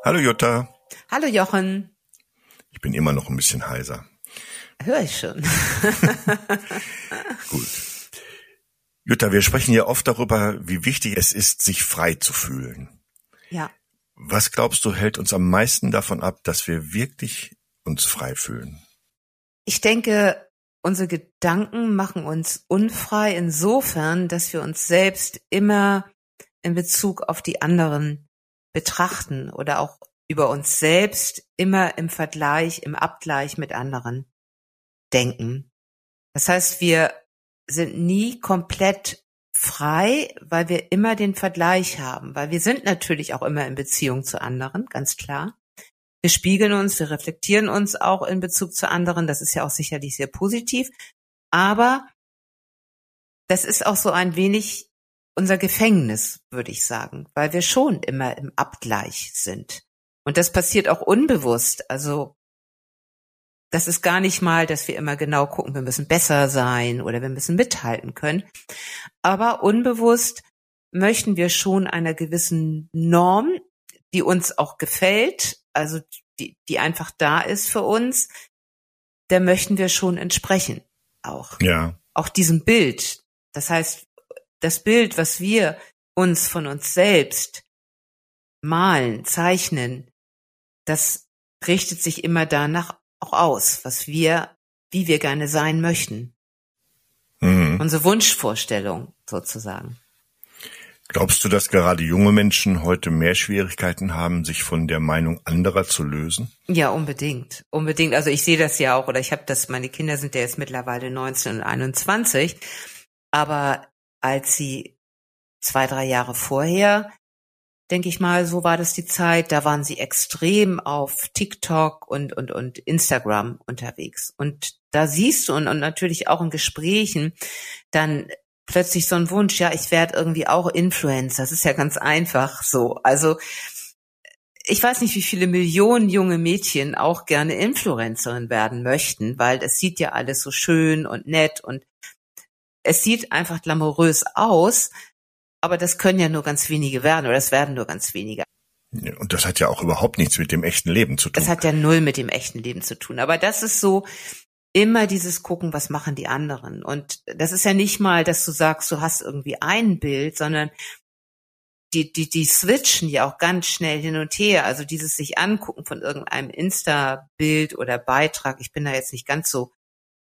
Hallo Jutta, Hallo Jochen, ich bin immer noch ein bisschen heiser. höre ich schon. Gut. Jutta, wir sprechen ja oft darüber, wie wichtig es ist, sich frei zu fühlen. Ja, Was glaubst du, hält uns am meisten davon ab, dass wir wirklich uns frei fühlen? ich denke, unsere Gedanken machen uns unfrei insofern, dass wir uns selbst immer in Bezug auf die anderen betrachten oder auch über uns selbst immer im Vergleich, im Abgleich mit anderen denken. Das heißt, wir sind nie komplett frei, weil wir immer den Vergleich haben, weil wir sind natürlich auch immer in Beziehung zu anderen, ganz klar. Wir spiegeln uns, wir reflektieren uns auch in Bezug zu anderen. Das ist ja auch sicherlich sehr positiv. Aber das ist auch so ein wenig unser Gefängnis, würde ich sagen, weil wir schon immer im Abgleich sind. Und das passiert auch unbewusst. Also das ist gar nicht mal, dass wir immer genau gucken, wir müssen besser sein oder wir müssen mithalten können. Aber unbewusst möchten wir schon einer gewissen Norm, die uns auch gefällt, also die einfach da ist für uns, der möchten wir schon entsprechen auch. Ja, Auch diesem Bild. Das heißt, das Bild, was wir uns von uns selbst malen, zeichnen, das richtet sich immer danach auch aus, wie wir gerne sein möchten. mhm. Unsere Wunschvorstellung sozusagen. Glaubst du, dass gerade junge Menschen heute mehr Schwierigkeiten haben, sich von der Meinung anderer zu lösen? Ja, unbedingt. Unbedingt. Also ich sehe das ja auch, oder ich habe das, meine Kinder sind ja jetzt mittlerweile 19 und 21, aber als sie 2, 3 Jahre vorher, denke ich mal, so war das die Zeit, da waren sie extrem auf TikTok und Instagram unterwegs. Und da siehst du und natürlich auch in Gesprächen dann plötzlich so ein Wunsch, ja, ich werde irgendwie auch Influencer. Das ist ja ganz einfach so. Also ich weiß nicht, wie viele Millionen junge Mädchen auch gerne Influencerin werden möchten, weil es sieht ja alles so schön und nett und es sieht einfach glamourös aus, aber das können ja nur ganz wenige werden oder es werden nur ganz wenige. Ja, und das hat ja auch überhaupt nichts mit dem echten Leben zu tun. Das hat ja null mit dem echten Leben zu tun. Aber das ist so immer dieses Gucken, was machen die anderen. Und das ist ja nicht mal, dass du sagst, du hast irgendwie ein Bild, sondern die switchen ja auch ganz schnell hin und her. Also dieses sich angucken von irgendeinem Insta-Bild oder Beitrag. Ich bin da jetzt nicht ganz so,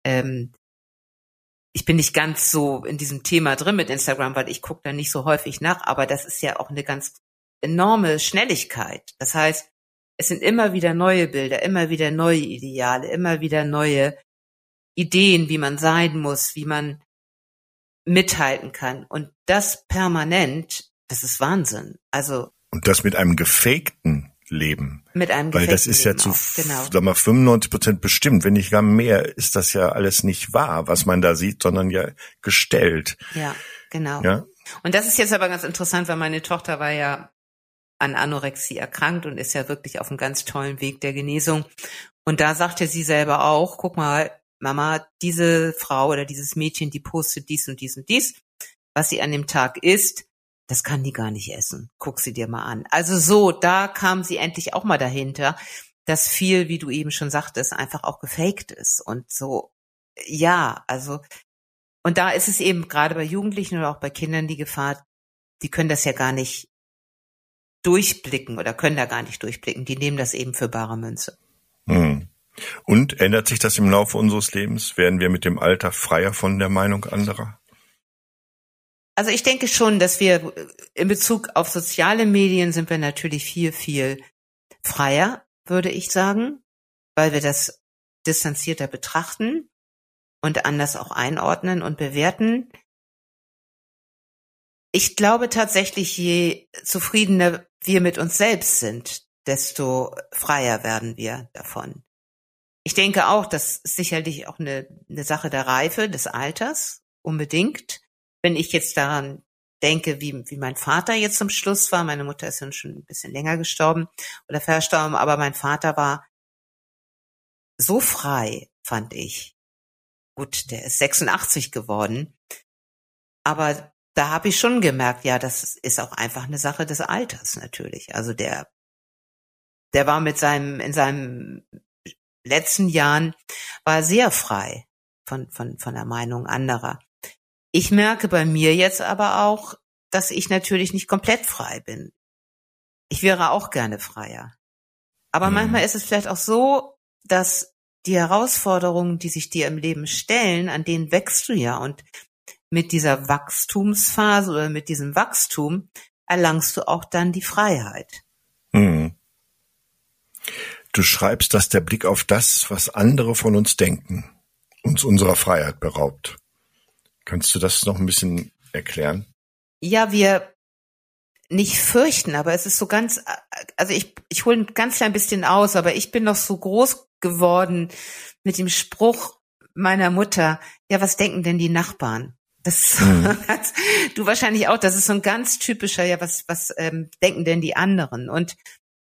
ich bin nicht ganz so in diesem Thema drin mit Instagram, weil ich gucke da nicht so häufig nach. Aber das ist ja auch eine ganz enorme Schnelligkeit. Das heißt, es sind immer wieder neue Bilder, immer wieder neue Ideale, immer wieder neue Ideen, wie man sein muss, wie man mithalten kann. Und das permanent, das ist Wahnsinn. Also Und das mit einem gefakten Leben. mit einem Weil das gefakten ist ja Leben zu, auch. Genau. sag mal, 95% bestimmt. Wenn nicht gar mehr, ist das ja alles nicht wahr, was man da sieht, sondern ja gestellt. Ja, genau. Ja, Und das ist jetzt aber ganz interessant, weil meine Tochter war ja an Anorexie erkrankt und ist ja wirklich auf einem ganz tollen Weg der Genesung. Und da sagte sie selber auch, guck mal, Mama, diese Frau oder dieses Mädchen, die postet dies und dies und dies, was sie an dem Tag isst, das kann die gar nicht essen. Guck sie dir mal an. Also so, da kam sie endlich auch mal dahinter, dass viel, wie du eben schon sagtest, einfach auch gefaked ist. Und so, ja, also, und da ist es eben gerade bei Jugendlichen oder auch bei Kindern die Gefahr, die können das ja gar nicht durchblicken oder können da gar nicht durchblicken. Die nehmen das eben für bare Münze. hm. Und ändert sich das im Laufe unseres Lebens? Werden wir mit dem Alter freier von der Meinung anderer? Also ich denke schon, dass wir in Bezug auf soziale Medien sind wir natürlich viel, viel freier, würde ich sagen, weil wir das distanzierter betrachten und anders auch einordnen und bewerten. Ich glaube tatsächlich, je zufriedener wir mit uns selbst sind, desto freier werden wir davon. Ich denke auch, das ist sicherlich auch eine Sache der Reife, des Alters, unbedingt. Wenn ich jetzt daran denke, wie mein Vater jetzt zum Schluss war, meine Mutter ist ja schon ein bisschen länger gestorben oder verstorben, aber mein Vater war so frei, fand ich. Gut, der ist 86 geworden, aber da habe ich schon gemerkt, ja, das ist auch einfach eine Sache des Alters natürlich. Also der der war in seinem letzten Jahren, war er sehr frei von der Meinung anderer. Ich merke bei mir jetzt aber auch, dass ich natürlich nicht komplett frei bin. Ich wäre auch gerne freier. Aber manchmal ist es vielleicht auch so, dass die Herausforderungen, die sich dir im Leben stellen, an denen wächst du ja. Und mit dieser Wachstumsphase oder mit diesem Wachstum erlangst du auch dann die Freiheit. Mhm. Du schreibst, dass der Blick auf das, was andere von uns denken, uns unserer Freiheit beraubt. Kannst du das noch ein bisschen erklären? Ja, wir nicht fürchten, aber es ist so ganz, also ich hole ein ganz klein bisschen aus, aber ich bin noch so groß geworden mit dem Spruch meiner Mutter, ja, was denken denn die Nachbarn? Das ist du wahrscheinlich auch, das ist so ein ganz typischer, ja, was denken denn die anderen? Und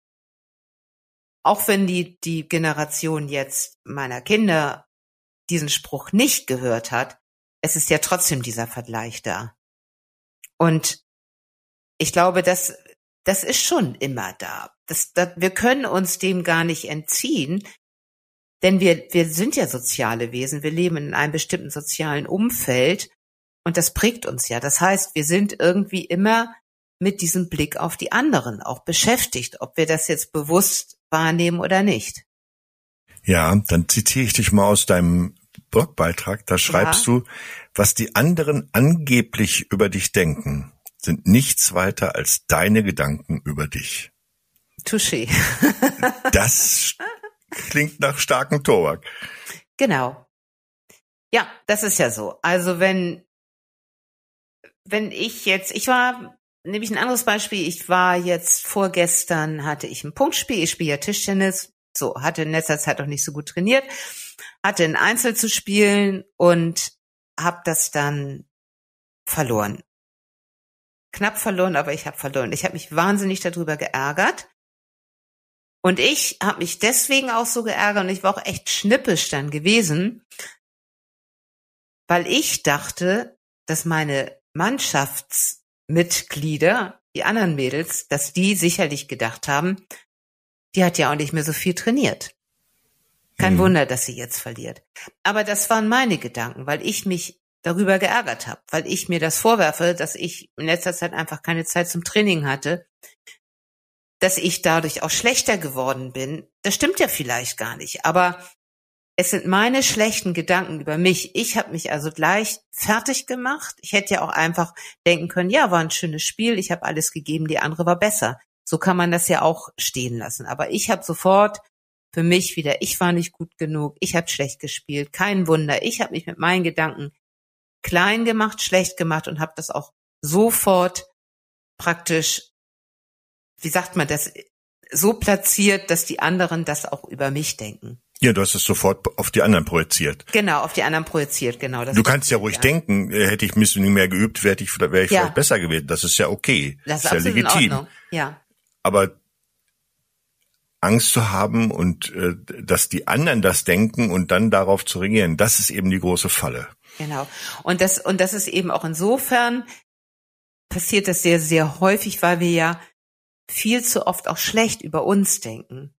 auch wenn die Generation jetzt meiner Kinder diesen Spruch nicht gehört hat, es ist ja trotzdem dieser Vergleich da. Und ich glaube, das ist schon immer da. Wir können uns dem gar nicht entziehen, denn wir sind ja soziale Wesen. Wir leben in einem bestimmten sozialen Umfeld und das prägt uns ja. Das heißt, wir sind irgendwie immer mit diesem Blick auf die anderen auch beschäftigt, ob wir das jetzt bewusst wahrnehmen oder nicht. Ja, dann zitiere ich dich mal aus deinem Blogbeitrag. Da schreibst du, was die anderen angeblich über dich denken, sind nichts weiter als deine Gedanken über dich. Touché. Das klingt nach starkem Tobak. Genau. Ja, das ist ja so. Also wenn ich war, nehme ich ein anderes Beispiel, ich war jetzt vorgestern, hatte ich ein Punktspiel, ich spiele ja Tischtennis, so, hatte in letzter Zeit auch nicht so gut trainiert, hatte ein Einzel zu spielen und habe das dann verloren. Knapp verloren, aber ich habe verloren. Ich habe mich wahnsinnig darüber geärgert. Und ich habe mich deswegen auch so geärgert und ich war auch echt schnippisch dann gewesen, weil ich dachte, dass meine Mannschaftsmitglieder, die anderen Mädels, dass die sicherlich gedacht haben, die hat ja auch nicht mehr so viel trainiert. Kein Wunder, dass sie jetzt verliert. Aber das waren meine Gedanken, weil ich mich darüber geärgert habe, weil ich mir das vorwerfe, dass ich in letzter Zeit einfach keine Zeit zum Training hatte, dass ich dadurch auch schlechter geworden bin. Das stimmt ja vielleicht gar nicht, aber es sind meine schlechten Gedanken über mich. Ich habe mich also gleich fertig gemacht. Ich hätte ja auch einfach denken können, ja, war ein schönes Spiel, ich habe alles gegeben, die andere war besser. So kann man das ja auch stehen lassen. Aber ich habe sofort für mich wieder, ich war nicht gut genug, ich habe schlecht gespielt, kein Wunder. Ich habe mich mit meinen Gedanken klein gemacht, schlecht gemacht und habe das auch sofort praktisch, wie sagt man das, so platziert, dass die anderen das auch über mich denken. Ja, du hast es sofort auf die anderen projiziert. Genau, auf die anderen projiziert, genau. Du kannst ja ruhig denken, hätte ich ein bisschen mehr geübt, wäre ich vielleicht besser gewesen. Das ist ja okay. Das ist ja absolut legitim. in Ordnung. Ja. Aber Angst zu haben und dass die anderen das denken und dann darauf zu reagieren, das ist eben die große Falle. Genau. Und das ist eben auch insofern passiert das sehr, sehr häufig, weil wir ja viel zu oft auch schlecht über uns denken.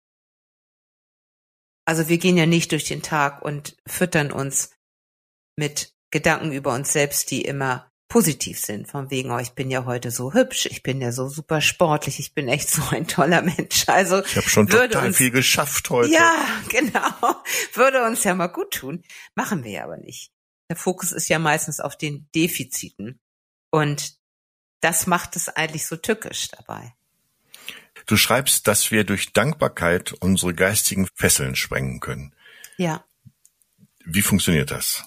Also wir gehen ja nicht durch den Tag und füttern uns mit Gedanken über uns selbst, die immer positiv sind. Von wegen, oh, ich bin ja heute so hübsch, ich bin ja so super sportlich, ich bin echt so ein toller Mensch. Also ich habe schon total viel geschafft heute. Ja, genau. Würde uns ja mal gut tun. Machen wir ja aber nicht. Der Fokus ist ja meistens auf den Defiziten. Und das macht es eigentlich so tückisch dabei. Du schreibst, dass wir durch Dankbarkeit unsere geistigen Fesseln sprengen können. Ja. Wie funktioniert das?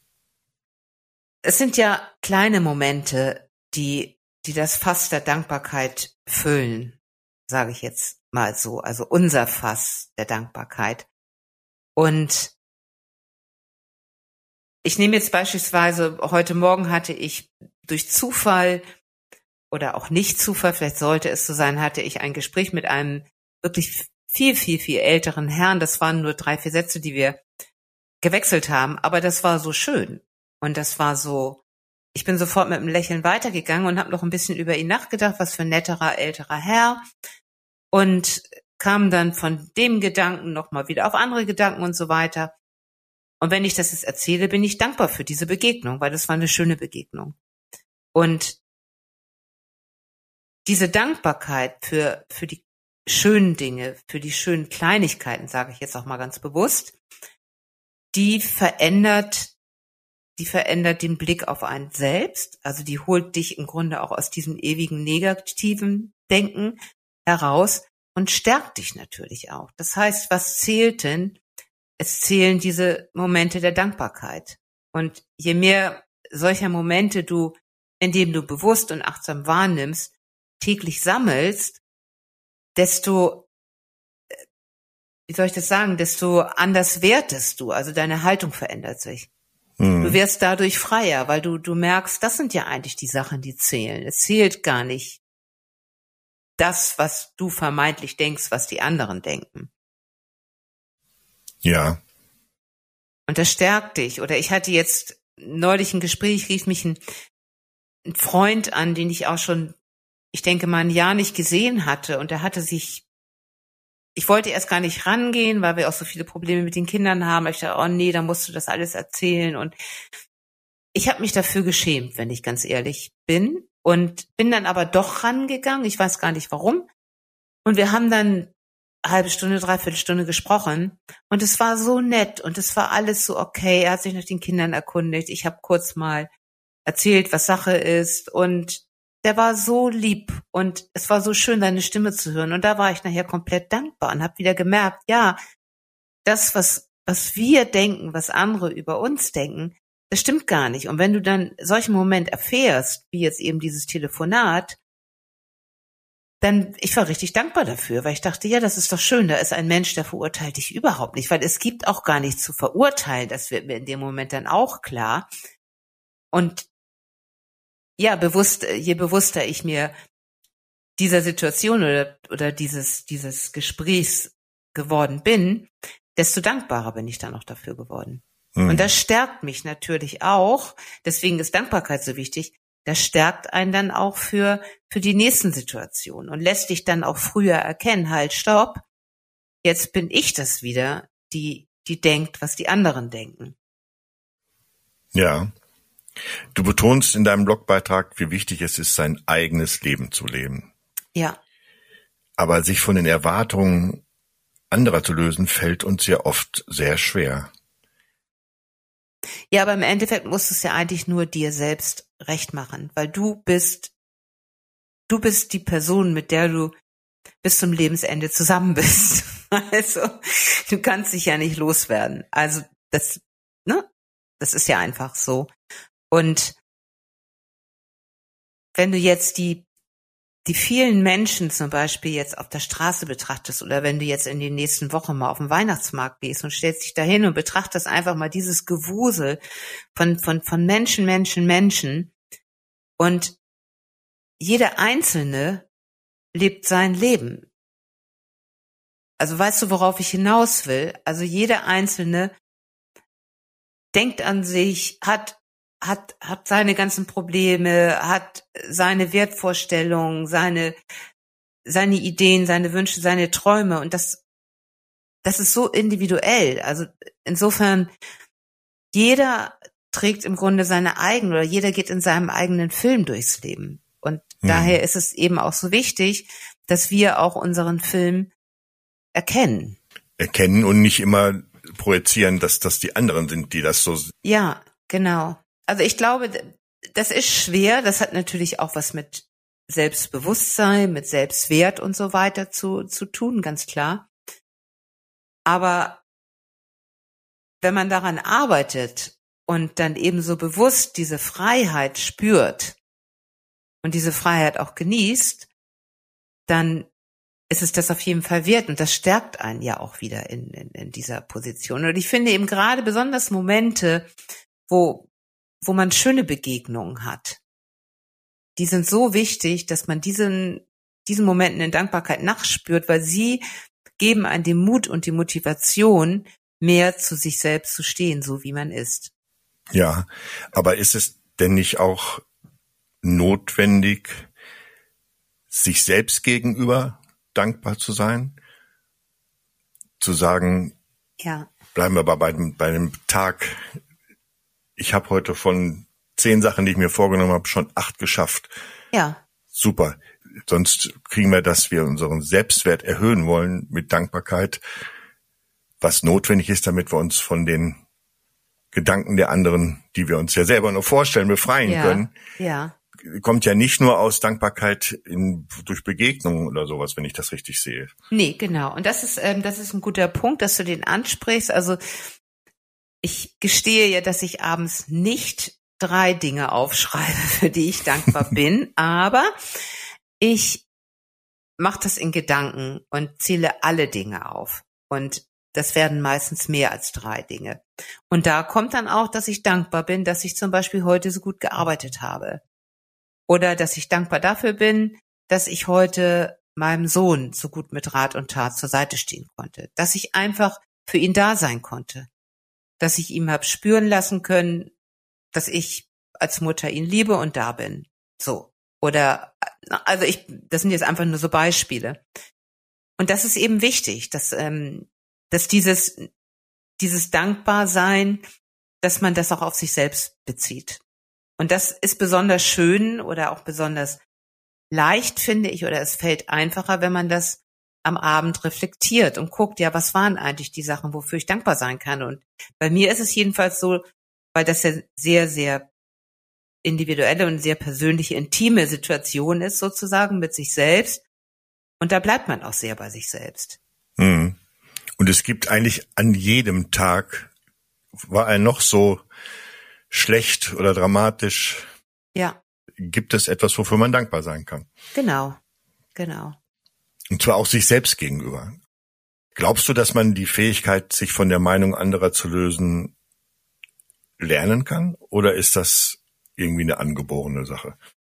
Es sind ja kleine Momente, die das Fass der Dankbarkeit füllen, sage ich jetzt mal so. Also unser Fass der Dankbarkeit. Und ich nehme jetzt beispielsweise, heute Morgen hatte ich durch Zufall oder auch nicht Zufall, vielleicht sollte es so sein, hatte ich ein Gespräch mit einem wirklich viel, viel, viel älteren Herrn. Das waren nur 3, 4 Sätze, die wir gewechselt haben, aber das war so schön. Und das war so, ich bin sofort mit einem Lächeln weitergegangen und habe noch ein bisschen über ihn nachgedacht, was für ein netterer, älterer Herr. Und kam dann von dem Gedanken nochmal wieder auf andere Gedanken und so weiter. Und wenn ich das jetzt erzähle, bin ich dankbar für diese Begegnung, weil das war eine schöne Begegnung. Und diese Dankbarkeit für die schönen Dinge, für die schönen Kleinigkeiten, sage ich jetzt auch mal ganz bewusst, die verändert den Blick auf einen selbst. Also die holt dich im Grunde auch aus diesem ewigen negativen Denken heraus und stärkt dich natürlich auch. Das heißt, was zählt denn? Es zählen diese Momente der Dankbarkeit. Und je mehr solcher Momente du, indem du bewusst und achtsam wahrnimmst, täglich sammelst, desto, wie soll ich das sagen, desto anders wertest du. Also deine Haltung verändert sich. Du wirst dadurch freier, weil du merkst, das sind ja eigentlich die Sachen, die zählen. Es zählt gar nicht das, was du vermeintlich denkst, was die anderen denken. Ja. Und das stärkt dich. Oder ich hatte jetzt neulich ein Gespräch, rief mich ein Freund an, den ich auch schon, ich denke mal, ein Jahr nicht gesehen hatte. Und er hatte sich, ich wollte erst gar nicht rangehen, weil wir auch so viele Probleme mit den Kindern haben. Ich dachte, oh nee, da musst du das alles erzählen. Und ich habe mich dafür geschämt, wenn ich ganz ehrlich bin. Und bin dann aber doch rangegangen. Ich weiß gar nicht warum. Und wir haben dann eine halbe Stunde, dreiviertel Stunde gesprochen. Und es war so nett. Und es war alles so okay. Er hat sich nach den Kindern erkundigt. Ich habe kurz mal erzählt, was Sache ist. Und der war so lieb. Und es war so schön, seine Stimme zu hören. Und da war ich nachher komplett dankbar und habe wieder gemerkt, ja, das, was wir denken, was andere über uns denken, das stimmt gar nicht. Und wenn du dann solchen Moment erfährst, wie jetzt eben dieses Telefonat, dann, ich war richtig dankbar dafür, weil ich dachte, ja, das ist doch schön, da ist ein Mensch, der verurteilt dich überhaupt nicht, weil es gibt auch gar nichts zu verurteilen, das wird mir in dem Moment dann auch klar. Und ja, je bewusster ich mir dieser Situation oder dieses Gesprächs geworden bin, desto dankbarer bin ich dann auch dafür geworden. Und das stärkt mich natürlich auch, deswegen ist Dankbarkeit so wichtig, das stärkt einen dann auch für die nächsten Situationen und lässt dich dann auch früher erkennen, halt, stopp, jetzt bin ich das wieder, die denkt, was die anderen denken. Ja. Du betonst in deinem Blogbeitrag, wie wichtig es ist, sein eigenes Leben zu leben. Ja. Aber sich von den Erwartungen anderer zu lösen, fällt uns ja oft sehr schwer. Ja, aber im Endeffekt musst du es ja eigentlich nur dir selbst recht machen, weil du bist die Person, mit der du bis zum Lebensende zusammen bist. Also, du kannst dich ja nicht loswerden. Also, das ist ja einfach so. Und wenn du jetzt die vielen Menschen zum Beispiel jetzt auf der Straße betrachtest oder wenn du jetzt in den nächsten Wochen mal auf den Weihnachtsmarkt gehst und stellst dich dahin und betrachtest einfach mal dieses Gewusel von Menschen und jeder Einzelne lebt sein Leben. Also weißt du, worauf ich hinaus will? Also jeder Einzelne denkt an sich, hat seine ganzen Probleme, hat seine Wertvorstellungen, seine Ideen, seine Wünsche, seine Träume und das ist so individuell. Also insofern, jeder trägt im Grunde seine eigene oder jeder geht in seinem eigenen Film durchs Leben. Und daher ist es eben auch so wichtig, dass wir auch unseren Film erkennen. Erkennen und nicht immer projizieren, dass das die anderen sind, die das so... Ja, genau. Also ich glaube, das ist schwer. Das hat natürlich auch was mit Selbstbewusstsein, mit Selbstwert und so weiter zu tun, ganz klar. Aber wenn man daran arbeitet und dann eben so bewusst diese Freiheit spürt und diese Freiheit auch genießt, dann ist es das auf jeden Fall wert und das stärkt einen ja auch wieder in dieser Position. Und ich finde eben gerade besonders Momente, wo man schöne Begegnungen hat, die sind so wichtig, dass man diesen Momenten in Dankbarkeit nachspürt, weil sie geben einem den Mut und die Motivation, mehr zu sich selbst zu stehen, so wie man ist. Ja, aber ist es denn nicht auch notwendig, sich selbst gegenüber dankbar zu sein? zu sagen, Ja. bleiben wir aber bei dem Tag. Ich habe heute von 10 Sachen, die ich mir vorgenommen habe, schon 8 geschafft. Ja. Super. Sonst kriegen wir, dass wir unseren Selbstwert erhöhen wollen mit Dankbarkeit, was notwendig ist, damit wir uns von den Gedanken der anderen, die wir uns ja selber nur vorstellen, befreien können. Ja. Kommt ja nicht nur aus Dankbarkeit durch Begegnungen oder sowas, wenn ich das richtig sehe. Nee, genau. Und das ist ein guter Punkt, dass du den ansprichst. Also ich gestehe ja, dass ich abends nicht 3 Dinge aufschreibe, für die ich dankbar bin, aber ich mache das in Gedanken und zähle alle Dinge auf. Und das werden meistens mehr als 3 Dinge. Und da kommt dann auch, dass ich dankbar bin, dass ich zum Beispiel heute so gut gearbeitet habe. Oder dass ich dankbar dafür bin, dass ich heute meinem Sohn so gut mit Rat und Tat zur Seite stehen konnte. Dass ich einfach für ihn da sein konnte. Dass ich ihm hab spüren lassen können, dass ich als Mutter ihn liebe und da bin. So. Oder, also das sind jetzt einfach nur so Beispiele. Und das ist eben wichtig, dass dieses Dankbarsein, dass man das auch auf sich selbst bezieht. Und das ist besonders schön oder auch besonders leicht, finde ich, oder es fällt einfacher, wenn man das am Abend reflektiert und guckt, ja, was waren eigentlich die Sachen, wofür ich dankbar sein kann. Und bei mir ist es jedenfalls so, weil das ja sehr, sehr individuelle und sehr persönliche, intime Situation ist, sozusagen mit sich selbst. Und da bleibt man auch sehr bei sich selbst. Mhm. Und es gibt eigentlich an jedem Tag, war er noch so schlecht oder dramatisch, Ja. gibt es etwas, wofür man dankbar sein kann. Genau. Und zwar auch sich selbst gegenüber. Glaubst du, dass man die Fähigkeit, sich von der Meinung anderer zu lösen, lernen kann? Oder ist das irgendwie eine angeborene Sache?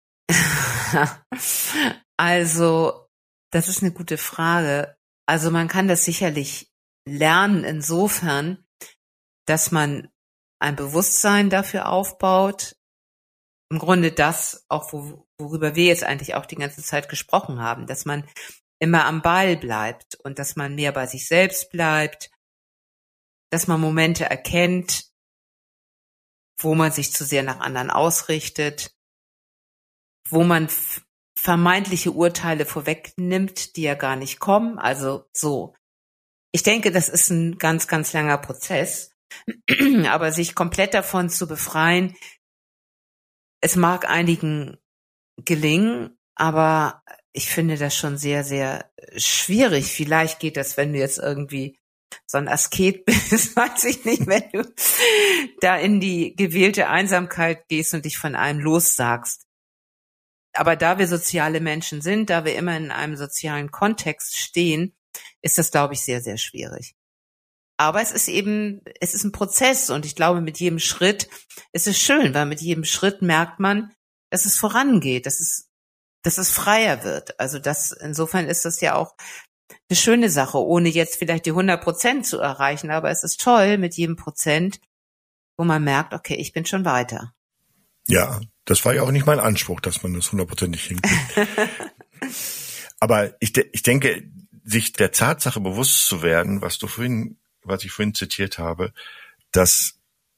Also, das ist eine gute Frage. Also man kann das sicherlich lernen insofern, dass man ein Bewusstsein dafür aufbaut. Im Grunde das, auch worüber wir jetzt eigentlich auch die ganze Zeit gesprochen haben, dass man immer am Ball bleibt und dass man mehr bei sich selbst bleibt, dass man Momente erkennt, wo man sich zu sehr nach anderen ausrichtet, wo man vermeintliche Urteile vorwegnimmt, die ja gar nicht kommen. Also so. Ich denke, das ist ein ganz, ganz langer Prozess. Aber sich komplett davon zu befreien, es mag einigen gelingen, aber ich finde das schon sehr, sehr schwierig. Vielleicht geht das, wenn du jetzt irgendwie so ein Asket bist, weiß ich nicht, wenn du da in die gewählte Einsamkeit gehst und dich von allem lossagst. Aber da wir soziale Menschen sind, da wir immer in einem sozialen Kontext stehen, ist das, glaube ich, sehr, sehr schwierig. Aber es ist ein Prozess und ich glaube, mit jedem Schritt ist es schön, weil mit jedem Schritt merkt man, dass es vorangeht, dass es freier wird. Also insofern ist das ja auch eine schöne Sache, ohne jetzt vielleicht die 100% zu erreichen, aber es ist toll mit jedem Prozent, wo man merkt, okay, ich bin schon weiter. Ja, das war ja auch nicht mein Anspruch, dass man das 100% hinkriegt. Aber ich denke, sich der Tatsache bewusst zu werden, was ich vorhin zitiert habe, dass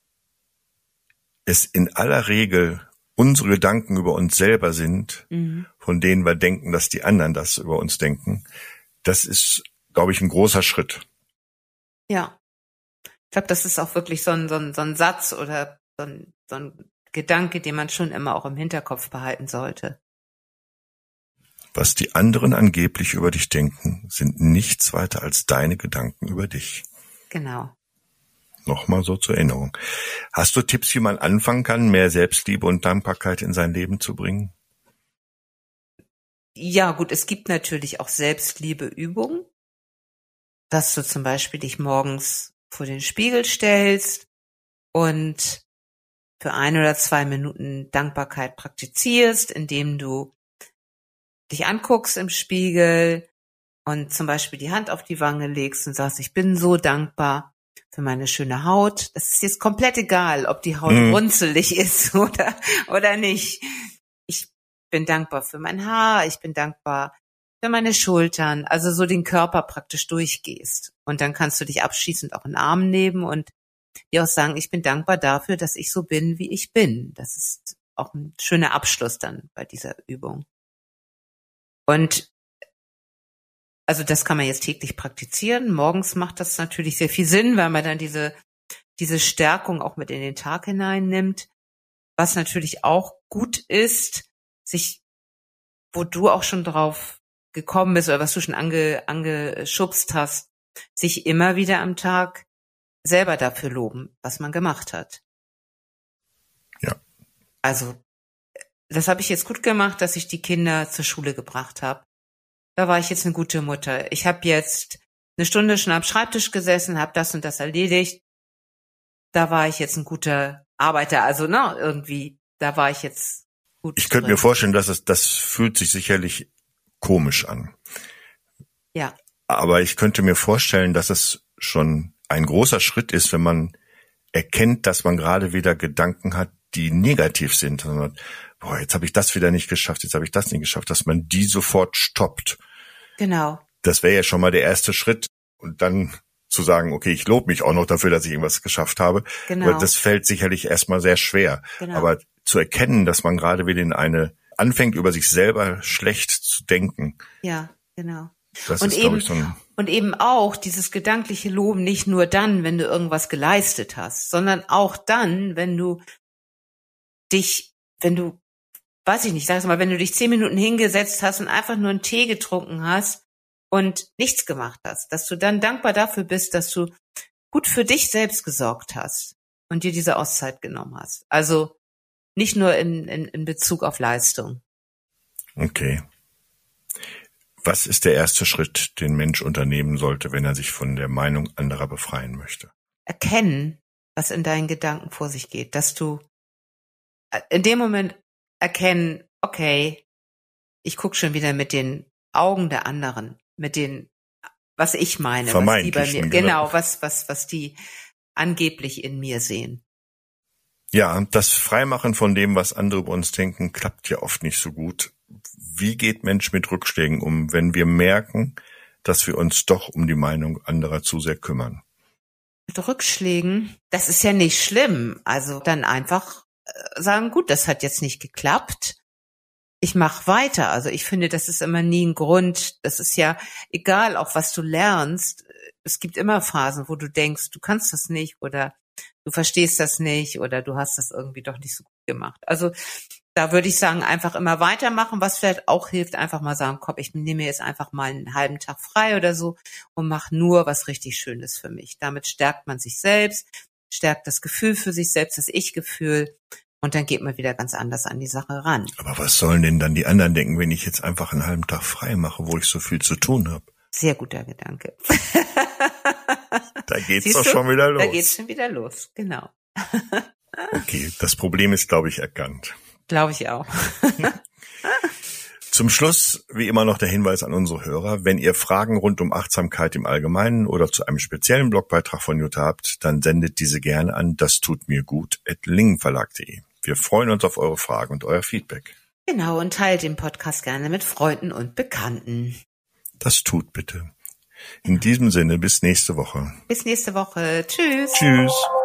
es in aller Regel unsere Gedanken über uns selber sind, von denen wir denken, dass die anderen das über uns denken, das ist, glaube ich, ein großer Schritt. Ja. Ich glaube, das ist auch wirklich so ein Satz oder so ein Gedanke, den man schon immer auch im Hinterkopf behalten sollte. Was die anderen angeblich über dich denken, sind nichts weiter als deine Gedanken über dich. Genau. Nochmal so zur Erinnerung. Hast du Tipps, wie man anfangen kann, mehr Selbstliebe und Dankbarkeit in sein Leben zu bringen? Ja, gut, es gibt natürlich auch Selbstliebeübungen, dass du zum Beispiel dich morgens vor den Spiegel stellst und für 1 oder 2 Minuten Dankbarkeit praktizierst, indem du dich anguckst im Spiegel und zum Beispiel die Hand auf die Wange legst und sagst, ich bin so dankbar für meine schöne Haut. Das ist jetzt komplett egal, ob die Haut runzelig ist oder nicht. Ich bin dankbar für mein Haar, ich bin dankbar für meine Schultern, also so den Körper praktisch durchgehst. Und dann kannst du dich abschließend auch in den Arm nehmen und dir auch sagen, ich bin dankbar dafür, dass ich so bin, wie ich bin. Das ist auch ein schöner Abschluss dann bei dieser Übung. Und also das kann man jetzt täglich praktizieren. Morgens macht das natürlich sehr viel Sinn, weil man dann diese Stärkung auch mit in den Tag hineinnimmt. Was natürlich auch gut ist, wo du auch schon drauf gekommen bist oder was du schon angeschubst hast, sich immer wieder am Tag selber dafür loben, was man gemacht hat. Ja. Also, das habe ich jetzt gut gemacht, dass ich die Kinder zur Schule gebracht habe. Da war ich jetzt eine gute Mutter. Ich habe jetzt eine Stunde schon am Schreibtisch gesessen, habe das und das erledigt. Da war ich jetzt ein guter Arbeiter. Also, irgendwie, da war ich jetzt gut. Ich könnte mir vorstellen, das fühlt sich sicherlich komisch an. Ja. Aber ich könnte mir vorstellen, dass es schon ein großer Schritt ist, wenn man erkennt, dass man gerade wieder Gedanken hat, die negativ sind. Boah, jetzt habe ich das wieder nicht geschafft, jetzt habe ich das nicht geschafft, dass man die sofort stoppt. Genau. Das wäre ja schon mal der erste Schritt. Und dann zu sagen, okay, ich lobe mich auch noch dafür, dass ich irgendwas geschafft habe. Genau. Aber das fällt sicherlich erstmal sehr schwer. Genau. Aber zu erkennen, dass man gerade wieder anfängt, über sich selber schlecht zu denken. Ja, genau. Das und ist, eben, glaube ich, und eben auch dieses gedankliche Loben nicht nur dann, wenn du irgendwas geleistet hast, sondern auch dann, wenn du, weiß ich nicht, sag's mal, wenn du dich 10 Minuten hingesetzt hast und einfach nur einen Tee getrunken hast und nichts gemacht hast, dass du dann dankbar dafür bist, dass du gut für dich selbst gesorgt hast und dir diese Auszeit genommen hast. Also nicht nur in Bezug auf Leistung. Okay. Was ist der erste Schritt, den Mensch unternehmen sollte, wenn er sich von der Meinung anderer befreien möchte? Erkennen, was in deinen Gedanken vor sich geht, dass du in dem Moment erkennen, okay, ich gucke schon wieder mit den Augen der anderen, mit den, was ich meine, was die bei mir, genau, was die angeblich in mir sehen. Ja, das Freimachen von dem, was andere über uns denken, klappt ja oft nicht so gut. Wie geht Mensch mit Rückschlägen um, wenn wir merken, dass wir uns doch um die Meinung anderer zu sehr kümmern? Mit Rückschlägen, das ist ja nicht schlimm. Also dann einfach sagen, gut, das hat jetzt nicht geklappt. Ich mache weiter. Also ich finde, das ist immer nie ein Grund. Das ist ja egal, auch was du lernst. Es gibt immer Phasen, wo du denkst, du kannst das nicht oder du verstehst das nicht oder du hast das irgendwie doch nicht so gut gemacht. Also da würde ich sagen, einfach immer weitermachen, was vielleicht auch hilft, einfach mal sagen, komm, ich nehme mir jetzt einfach mal einen halben Tag frei oder so und mache nur was richtig Schönes für mich. Damit stärkt man sich selbst, stärkt das Gefühl für sich selbst, das Ich-Gefühl und dann geht man wieder ganz anders an die Sache ran. Aber was sollen denn dann die anderen denken, wenn ich jetzt einfach einen halben Tag frei mache, wo ich so viel zu tun habe? Sehr guter Gedanke. Da geht's doch schon wieder los. Da geht's schon wieder los, genau. Okay, das Problem ist, glaube ich, erkannt. Glaube ich auch. Zum Schluss, wie immer, noch der Hinweis an unsere Hörer. Wenn ihr Fragen rund um Achtsamkeit im Allgemeinen oder zu einem speziellen Blogbeitrag von Jutta habt, dann sendet diese gerne an dastutmirgut@lingenverlag.de. Wir freuen uns auf eure Fragen und euer Feedback. Genau, und teilt den Podcast gerne mit Freunden und Bekannten. Das tut bitte. In diesem Sinne, bis nächste Woche. Bis nächste Woche. Tschüss. Tschüss.